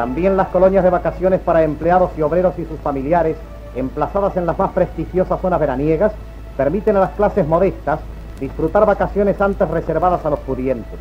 También las colonias de vacaciones para empleados y obreros y sus familiares, emplazadas en las más prestigiosas zonas veraniegas, permiten a las clases modestas disfrutar vacaciones antes reservadas a los pudientes.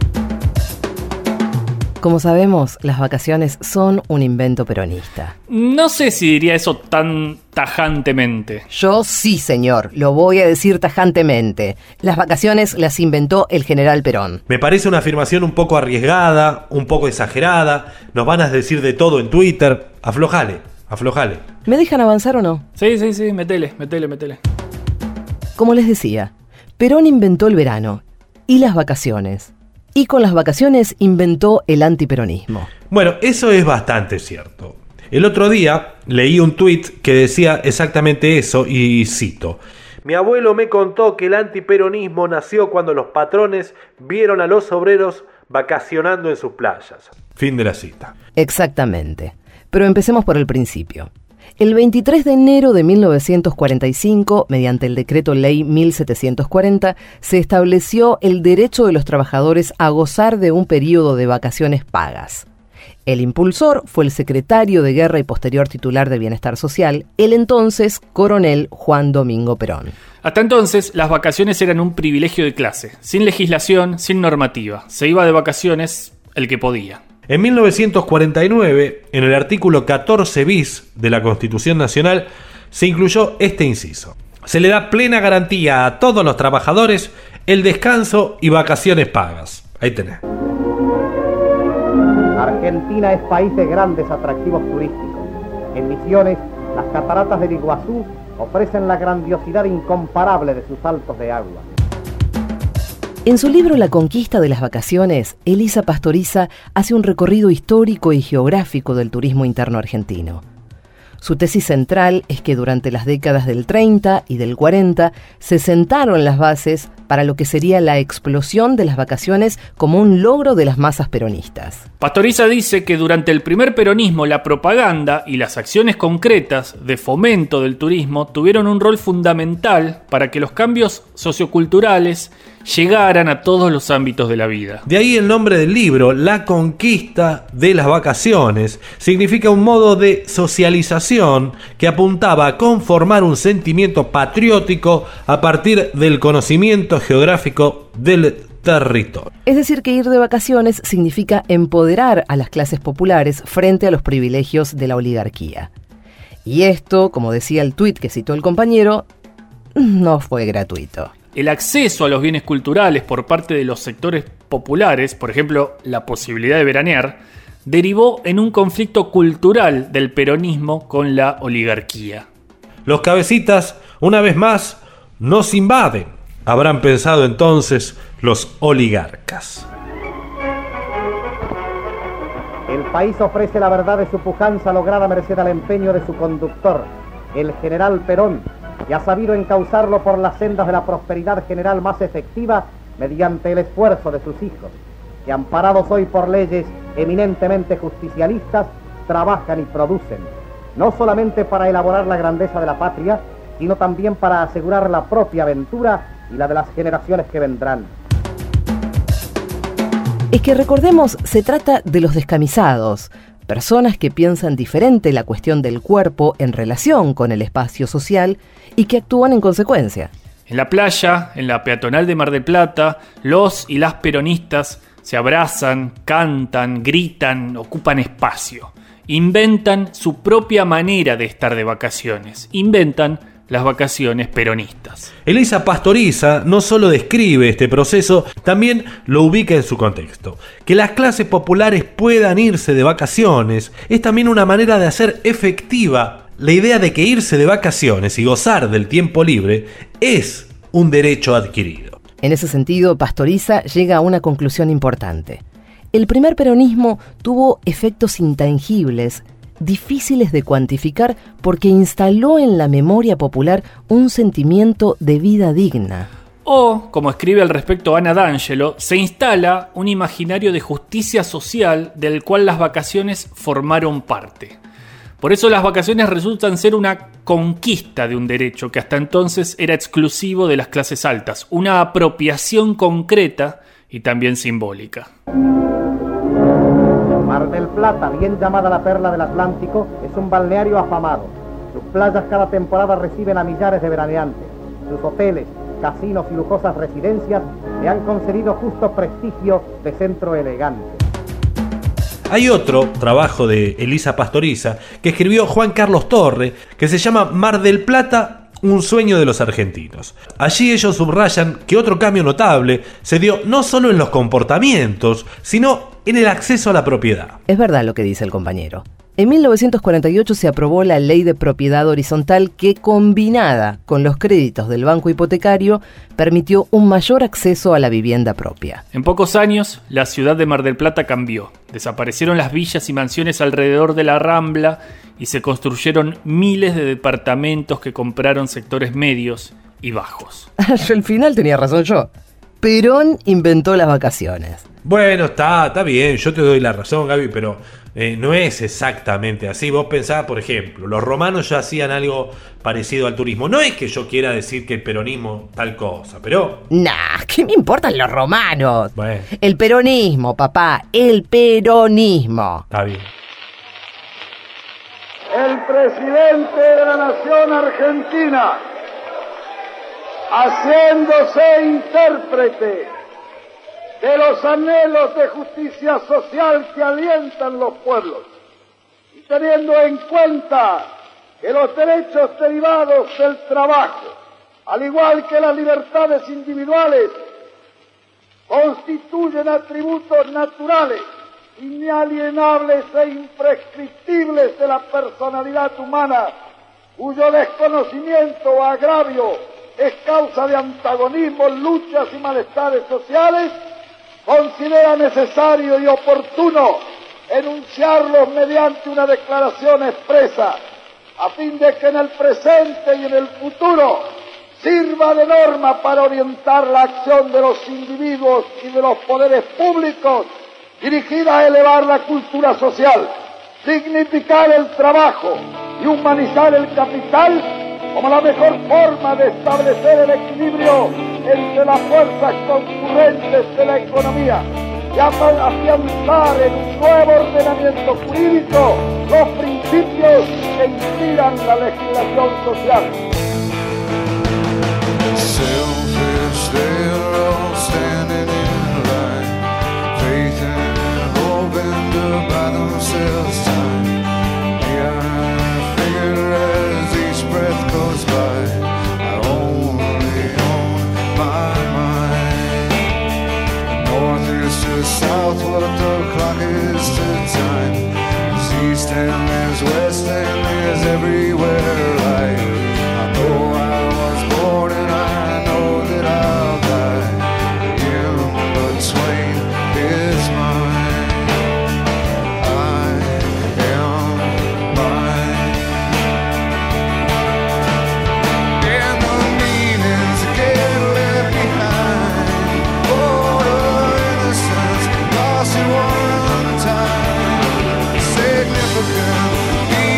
Como sabemos, las vacaciones son un invento peronista. No sé si diría eso tan tajantemente. Yo sí, señor, lo voy a decir tajantemente. Las vacaciones las inventó el general Perón. Me parece una afirmación un poco arriesgada, un poco exagerada. Nos van a decir de todo en Twitter. Aflojale. ¿Me dejan avanzar o no? Sí, metele. Como les decía, Perón inventó el verano y las vacaciones. Y con las vacaciones inventó el antiperonismo. Bueno, eso es bastante cierto. El otro día leí un tuit que decía exactamente eso y cito: mi abuelo me contó que el antiperonismo nació cuando los patrones vieron a los obreros vacacionando en sus playas. Fin de la cita. Exactamente. Pero empecemos por el principio. El 23 de enero de 1945, mediante el decreto ley 1740, se estableció el derecho de los trabajadores a gozar de un periodo de vacaciones pagas. El impulsor fue el secretario de Guerra y posterior titular de Bienestar Social, el entonces coronel Juan Domingo Perón. Hasta entonces, las vacaciones eran un privilegio de clase, sin legislación, sin normativa. Se iba de vacaciones el que podía. En 1949, en el artículo 14 bis de la Constitución Nacional, se incluyó este inciso: se le da plena garantía a todos los trabajadores el descanso y vacaciones pagas. Ahí tenés. Argentina es país de grandes atractivos turísticos. En Misiones, las cataratas del Iguazú ofrecen la grandiosidad incomparable de sus saltos de agua. En su libro La conquista de las vacaciones, Elisa Pastoriza hace un recorrido histórico y geográfico del turismo interno argentino. Su tesis central es que durante las décadas del 30 y del 40 se sentaron las bases para lo que sería la explosión de las vacaciones como un logro de las masas peronistas. Pastoriza dice que durante el primer peronismo la propaganda y las acciones concretas de fomento del turismo tuvieron un rol fundamental para que los cambios socioculturales llegaran a todos los ámbitos de la vida. De ahí el nombre del libro, La conquista de las vacaciones. Significa un modo de socialización que apuntaba a conformar un sentimiento patriótico a partir del conocimiento geográfico del territorio. Es decir, que ir de vacaciones significa empoderar a las clases populares frente a los privilegios de la oligarquía. Y esto, como decía el tuit que citó el compañero, no fue gratuito. El acceso a los bienes culturales por parte de los sectores populares, por ejemplo, la posibilidad de veranear, derivó en un conflicto cultural del peronismo con la oligarquía. Los cabecitas, una vez más, nos invaden, habrán pensado entonces los oligarcas. El país ofrece la verdad de su pujanza lograda merced al empeño de su conductor, el general Perón, y ha sabido encauzarlo por las sendas de la prosperidad general más efectiva mediante el esfuerzo de sus hijos, que amparados hoy por leyes eminentemente justicialistas, trabajan y producen, no solamente para elaborar la grandeza de la patria, sino también para asegurar la propia aventura y la de las generaciones que vendrán. Es que recordemos, se trata de los descamisados, personas que piensan diferente la cuestión del cuerpo en relación con el espacio social y que actúan en consecuencia. En la playa, en la peatonal de Mar del Plata, los y las peronistas se abrazan, cantan, gritan, ocupan espacio. Inventan su propia manera de estar de vacaciones. Inventan las vacaciones peronistas. Elisa Pastoriza no solo describe este proceso, también lo ubica en su contexto. Que las clases populares puedan irse de vacaciones es también una manera de hacer efectiva la idea de que irse de vacaciones y gozar del tiempo libre es un derecho adquirido. En ese sentido, Pastoriza llega a una conclusión importante. El primer peronismo tuvo efectos intangibles, difíciles de cuantificar porque instaló en la memoria popular un sentimiento de vida digna. O, como escribe al respecto Ana D'Angelo, se instala un imaginario de justicia social del cual las vacaciones formaron parte. Por eso las vacaciones resultan ser una conquista de un derecho que hasta entonces era exclusivo de las clases altas, una apropiación concreta y también simbólica. Mar del Plata, bien llamada la perla del Atlántico, es un balneario afamado. Sus playas cada temporada reciben a millares de veraneantes. Sus hoteles, casinos y lujosas residencias le han concedido justo prestigio de centro elegante. Hay otro trabajo de Elisa Pastoriza que escribió Juan Carlos Torre que se llama Mar del Plata, un sueño de los argentinos. Allí ellos subrayan que otro cambio notable se dio no solo en los comportamientos, sino en el acceso a la propiedad. Es verdad lo que dice el compañero. En 1948 se aprobó la Ley de Propiedad Horizontal que, combinada con los créditos del banco hipotecario, permitió un mayor acceso a la vivienda propia. En pocos años, la ciudad de Mar del Plata cambió. Desaparecieron las villas y mansiones alrededor de la Rambla y se construyeron miles de departamentos que compraron sectores medios y bajos. Al final tenía razón yo. Perón inventó las vacaciones. Bueno, está bien, yo te doy la razón, Gaby, pero no es exactamente así. Vos pensás, por ejemplo, los romanos ya hacían algo parecido al turismo. No es que yo quiera decir que el peronismo tal cosa, pero... Nah, ¿qué me importan los romanos? Bueno. El peronismo, papá, el peronismo. Está bien. El presidente de la nación argentina, haciéndose intérprete de los anhelos de justicia social que alientan los pueblos, y teniendo en cuenta que los derechos derivados del trabajo, al igual que las libertades individuales, constituyen atributos naturales, inalienables e imprescriptibles de la personalidad humana, cuyo desconocimiento o agravio es causa de antagonismos, luchas y malestares sociales, considera necesario y oportuno enunciarlos mediante una declaración expresa, a fin de que en el presente y en el futuro sirva de norma para orientar la acción de los individuos y de los poderes públicos dirigida a elevar la cultura social, dignificar el trabajo y humanizar el capital como la mejor forma de establecer el equilibrio entre las fuerzas concurrentes de la economía y afianzar en un nuevo ordenamiento jurídico los principios que inspiran la legislación social. South, what the clock is to time. There's east and there's west and there's everywhere light. I know I was born and I know that I'll die. In between is mine. I am mine. And the meanings get left behind. Oh, lost at one time, significant.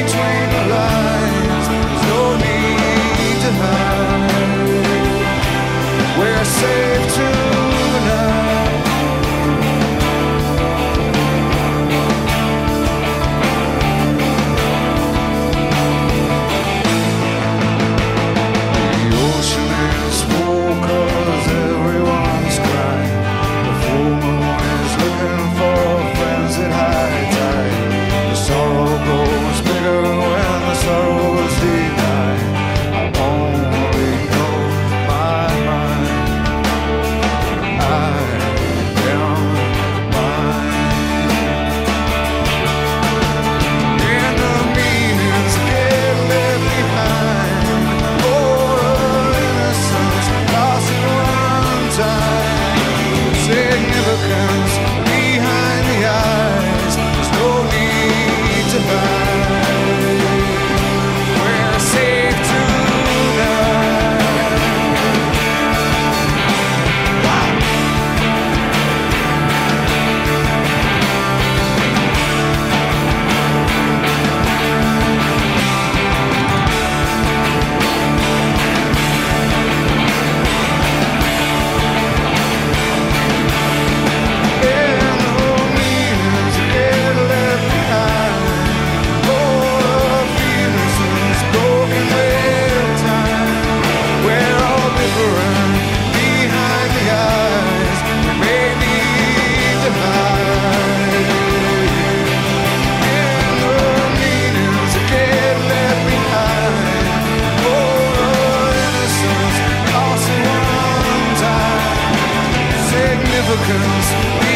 significance